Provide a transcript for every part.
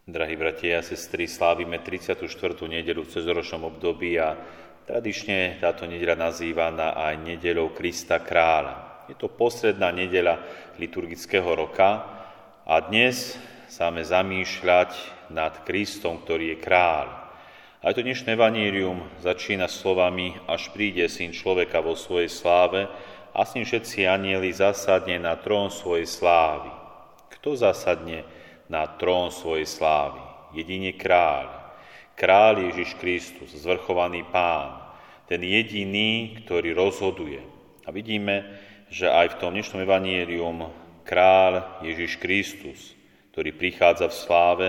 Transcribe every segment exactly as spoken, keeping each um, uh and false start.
Drahí bratia a sestry, slávime tridsiatu štvrtú nedeľu v cezročnom období a tradične táto nedeľa nazývaná aj nedeľou Krista kráľa. Je to posledná nedeľa liturgického roka a dnes sa máme zamýšľať nad Kristom, ktorý je kráľ. Aj to dnešné evanjelium začína slovami: až príde Syn človeka vo svojej sláve a s ním všetci anjeli zasadne na trón svojej slávy. Kto zasadne na trón svojej slávy? Jedine kráľ. Kráľ Ježiš Kristus, zvrchovaný Pán, ten jediný, ktorý rozhoduje. A vidíme, že aj v tom dnešnom evanjelium kráľ Ježiš Kristus, ktorý prichádza v sláve,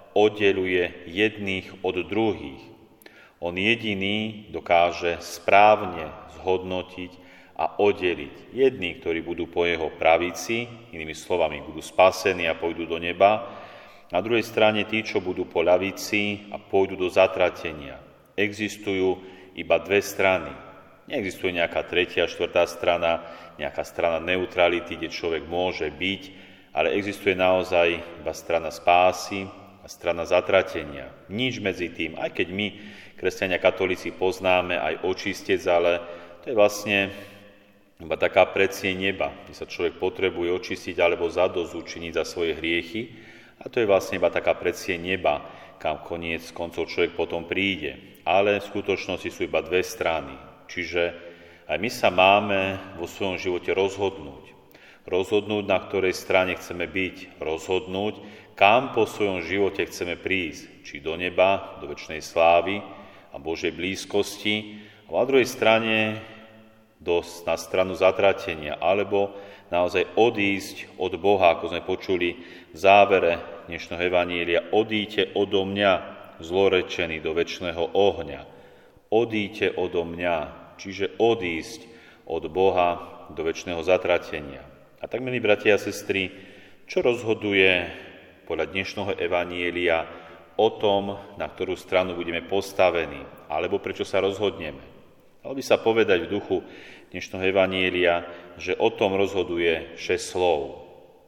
oddeluje jedných od druhých. On jediný dokáže správne zhodnotiť a oddeliť jedných, ktorí budú po jeho pravici, inými slovami budú spasení a pôjdu do neba, na druhej strane tí, čo budú po ľavici a pôjdu do zatratenia. Existujú iba dve strany. Neexistuje nejaká tretia, štvrtá strana, nejaká strana neutrality, kde človek môže byť, ale existuje naozaj iba strana spásy a strana zatratenia. Nič medzi tým, aj keď my, kresťania katolíci, poznáme aj očistec, ale to je vlastne iba taká predsieň neba, kde sa človek potrebuje očistiť alebo zadosť učiniť za svoje hriechy. A to je vlastne iba taká predsieň neba, kam koniec koncov človek potom príde. Ale v skutočnosti sú iba dve strany. Čiže aj my sa máme vo svojom živote rozhodnúť. Rozhodnúť, na ktorej strane chceme byť. Rozhodnúť, kam po svojom živote chceme prísť. Či do neba, do večnej slávy a Božej blízkosti. A na druhej strane do, na stranu zatratenia, alebo naozaj odísť od Boha, ako sme počuli v závere dnešného evanjelia: odíďte odo mňa, zlorečení, do večného ohňa. Odíďte odo mňa, čiže odísť od Boha do večného zatratenia. A tak, milí bratia a sestry, čo rozhoduje podľa dnešného evanjelia o tom, na ktorú stranu budeme postavení, alebo prečo sa rozhodneme? Dalo by sa povedať v duchu dnešného evanjelia, že o tom rozhoduje šesť slov.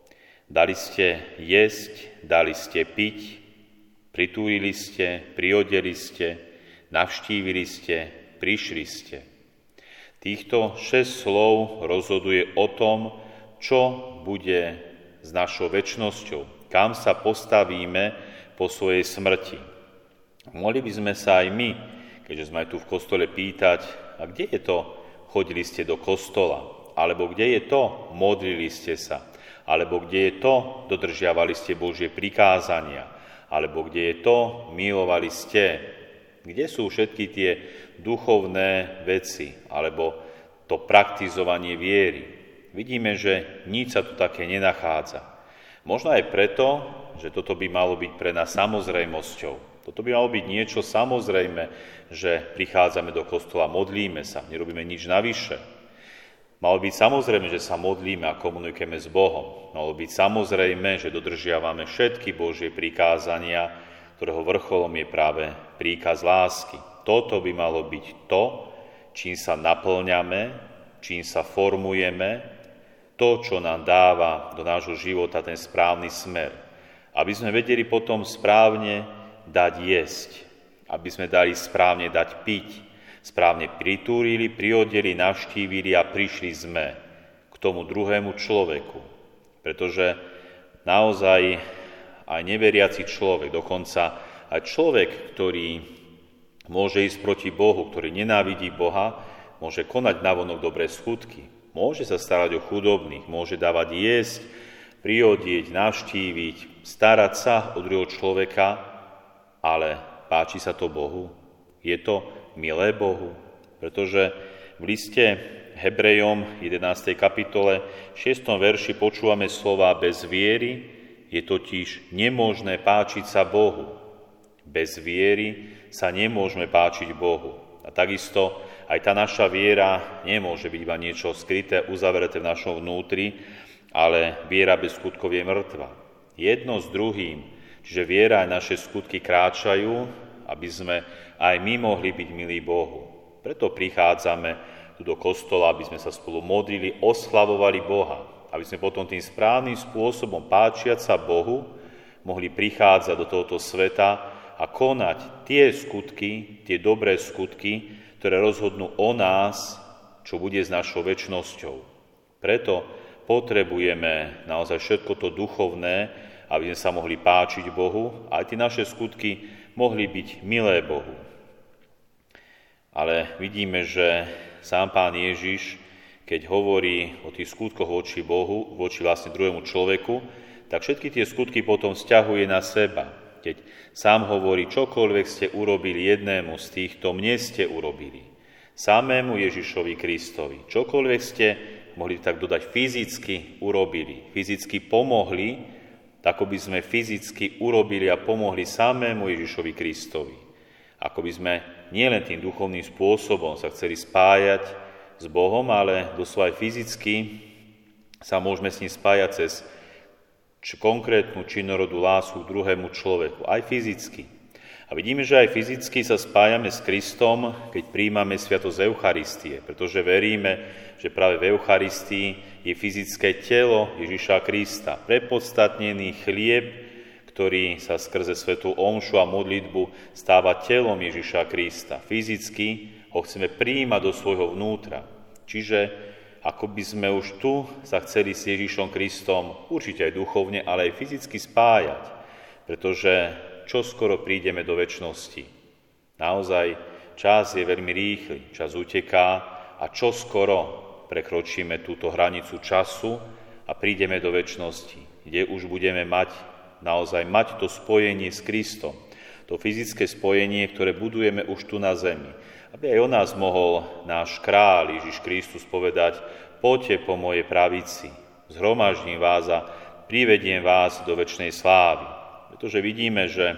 Dali ste jesť, dali ste piť, pritúrili ste, priodeli ste, navštívili ste, prišli ste. Týchto šesť slov rozhoduje o tom, čo bude s našou večnosťou, kam sa postavíme po svojej smrti. Mohli by sme sa aj my, keďže sme aj tu v kostole, pýtať: a kde je to, chodili ste do kostola? Alebo kde je to, modlili ste sa? Alebo kde je to, dodržiavali ste Božie prikázania? Alebo kde je to, milovali ste? Kde sú všetky tie duchovné veci? Alebo to praktizovanie viery? Vidíme, že nič sa tu také nenachádza. Možno aj preto, že toto by malo byť pre nás samozrejmosťou. Toto by malo byť niečo samozrejme, že prichádzame do kostola, modlíme sa, nerobíme nič navyše. Malo byť samozrejme, že sa modlíme a komunikujeme s Bohom. Malo byť samozrejme, že dodržiavame všetky Božie prikázania, ktorého vrcholom je práve príkaz lásky. Toto by malo byť to, čím sa naplňame, čím sa formujeme, to, čo nám dáva do nášho života ten správny smer. Aby sme vedeli potom správne dať jesť, aby sme dali správne dať piť, správne pritúrili, priodeli, navštívili a prišli sme k tomu druhému človeku. Pretože naozaj aj neveriaci človek, dokonca aj človek, ktorý môže ísť proti Bohu, ktorý nenávidí Boha, môže konať navonok dobré skutky, môže sa starať o chudobných, môže dávať jesť, priodieť, navštíviť, starať sa o druhého človeka, ale páči sa to Bohu? Je to milé Bohu? Pretože v liste Hebrejom jedenástej kapitole šiestom verši počúvame slova: bez viery je totiž nemožné páčiť sa Bohu. Bez viery sa nemôžeme páčiť Bohu. A takisto aj tá naša viera nemôže byť iba niečo skryté, uzavreté v našom vnútri, ale viera bez skutkov je mŕtva. Jedno s druhým. Čiže viera aj naše skutky kráčajú, aby sme aj my mohli byť milí Bohu. Preto prichádzame tu do kostola, aby sme sa spolu modlili, oslavovali Boha. Aby sme potom tým správnym spôsobom, páčiať sa Bohu, mohli prichádzať do tohoto sveta a konať tie skutky, tie dobré skutky, ktoré rozhodnú o nás, čo bude s našou večnosťou. Preto potrebujeme naozaj všetko to duchovné, aby sme sa mohli páčiť Bohu a aj tie naše skutky mohli byť milé Bohu. Ale vidíme, že sám Pán Ježiš, keď hovorí o tých skutkoch voči Bohu, voči vlastne druhému človeku, tak všetky tie skutky potom vzťahuje na seba. Keď sám hovorí, čokoľvek ste urobili jednému z týchto, mne ste urobili. Samému Ježišovi Kristovi. Čokoľvek ste, mohli tak dodať, fyzicky urobili, fyzicky pomohli, tak ako by sme fyzicky urobili a pomohli samému Ježišovi Kristovi. Ako by sme nielen tým duchovným spôsobom sa chceli spájať s Bohom, ale doslova aj fyzicky sa môžeme s ním spájať cez konkrétnu činorodú lásku k druhému človeku, aj fyzicky. A vidíme, že aj fyzicky sa spájame s Kristom, keď prijímame sviatosť Eucharistie, pretože veríme, že práve v Eucharistii je fyzické telo Ježiša Krista, prepodstatnený chlieb, ktorý sa skrze svätú omšu a modlitbu stáva telom Ježiša Krista. Fyzicky ho chceme prijímať do svojho vnútra. Čiže ako by sme už tu sa chceli s Ježišom Kristom určite aj duchovne, ale aj fyzicky spájať, pretože čoskoro prídeme do večnosti. Naozaj čas je veľmi rýchly, čas uteká a čoskoro prekročíme túto hranicu času a prídeme do večnosti, kde už budeme mať naozaj mať to spojenie s Kristom, to fyzické spojenie, ktoré budujeme už tu na zemi. Aby aj o nás mohol náš kráľ Ježiš Kristus povedať, poďte po mojej pravici, zhromaždím vás a privediem vás do večnej slávy. Pretože vidíme, že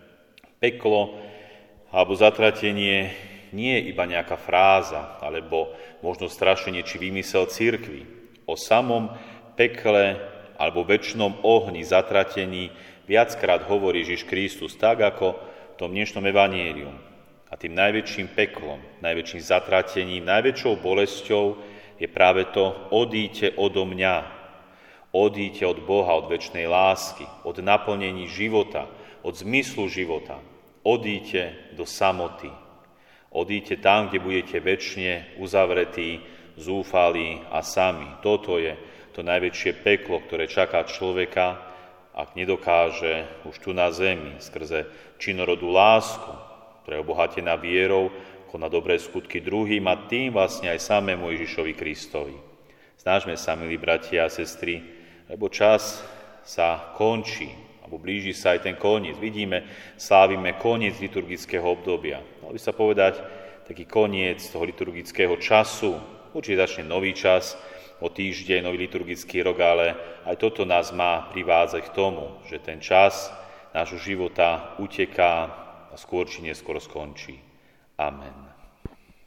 peklo alebo zatratenie nie je iba nejaká fráza, alebo možno strašenie či vymysel cirkvi. O samom pekle alebo večnom ohni zatratení viackrát hovorí Ježiš Kristus, tak ako v tom dnešnom evanjelium. A tým najväčším peklom, najväčším zatratením, najväčšou bolesťou je práve to odíďte odo mňa. Odíďte od Boha, od večnej lásky, od naplnení života, od zmyslu života. Odíďte do samoty. Odíďte tam, kde budete večne uzavretí, zúfalí a sami. Toto je to najväčšie peklo, ktoré čaká človeka, ak nedokáže už tu na zemi skrze činorodú lásku, ktorá je obohatená vierou, koná dobré skutky druhým a tým vlastne aj samému Ježišovi Kristovi. Snažme sa, milí bratia a sestry, lebo čas sa končí, alebo blíži sa aj ten koniec. Vidíme, slávime koniec liturgického obdobia. Mal by sa povedať taký koniec toho liturgického času. Určite začne nový čas, o týždeň, nový liturgický rok, ale aj toto nás má privádzať k tomu, že ten čas nášho života uteká a skôr či neskôr skončí. Amen.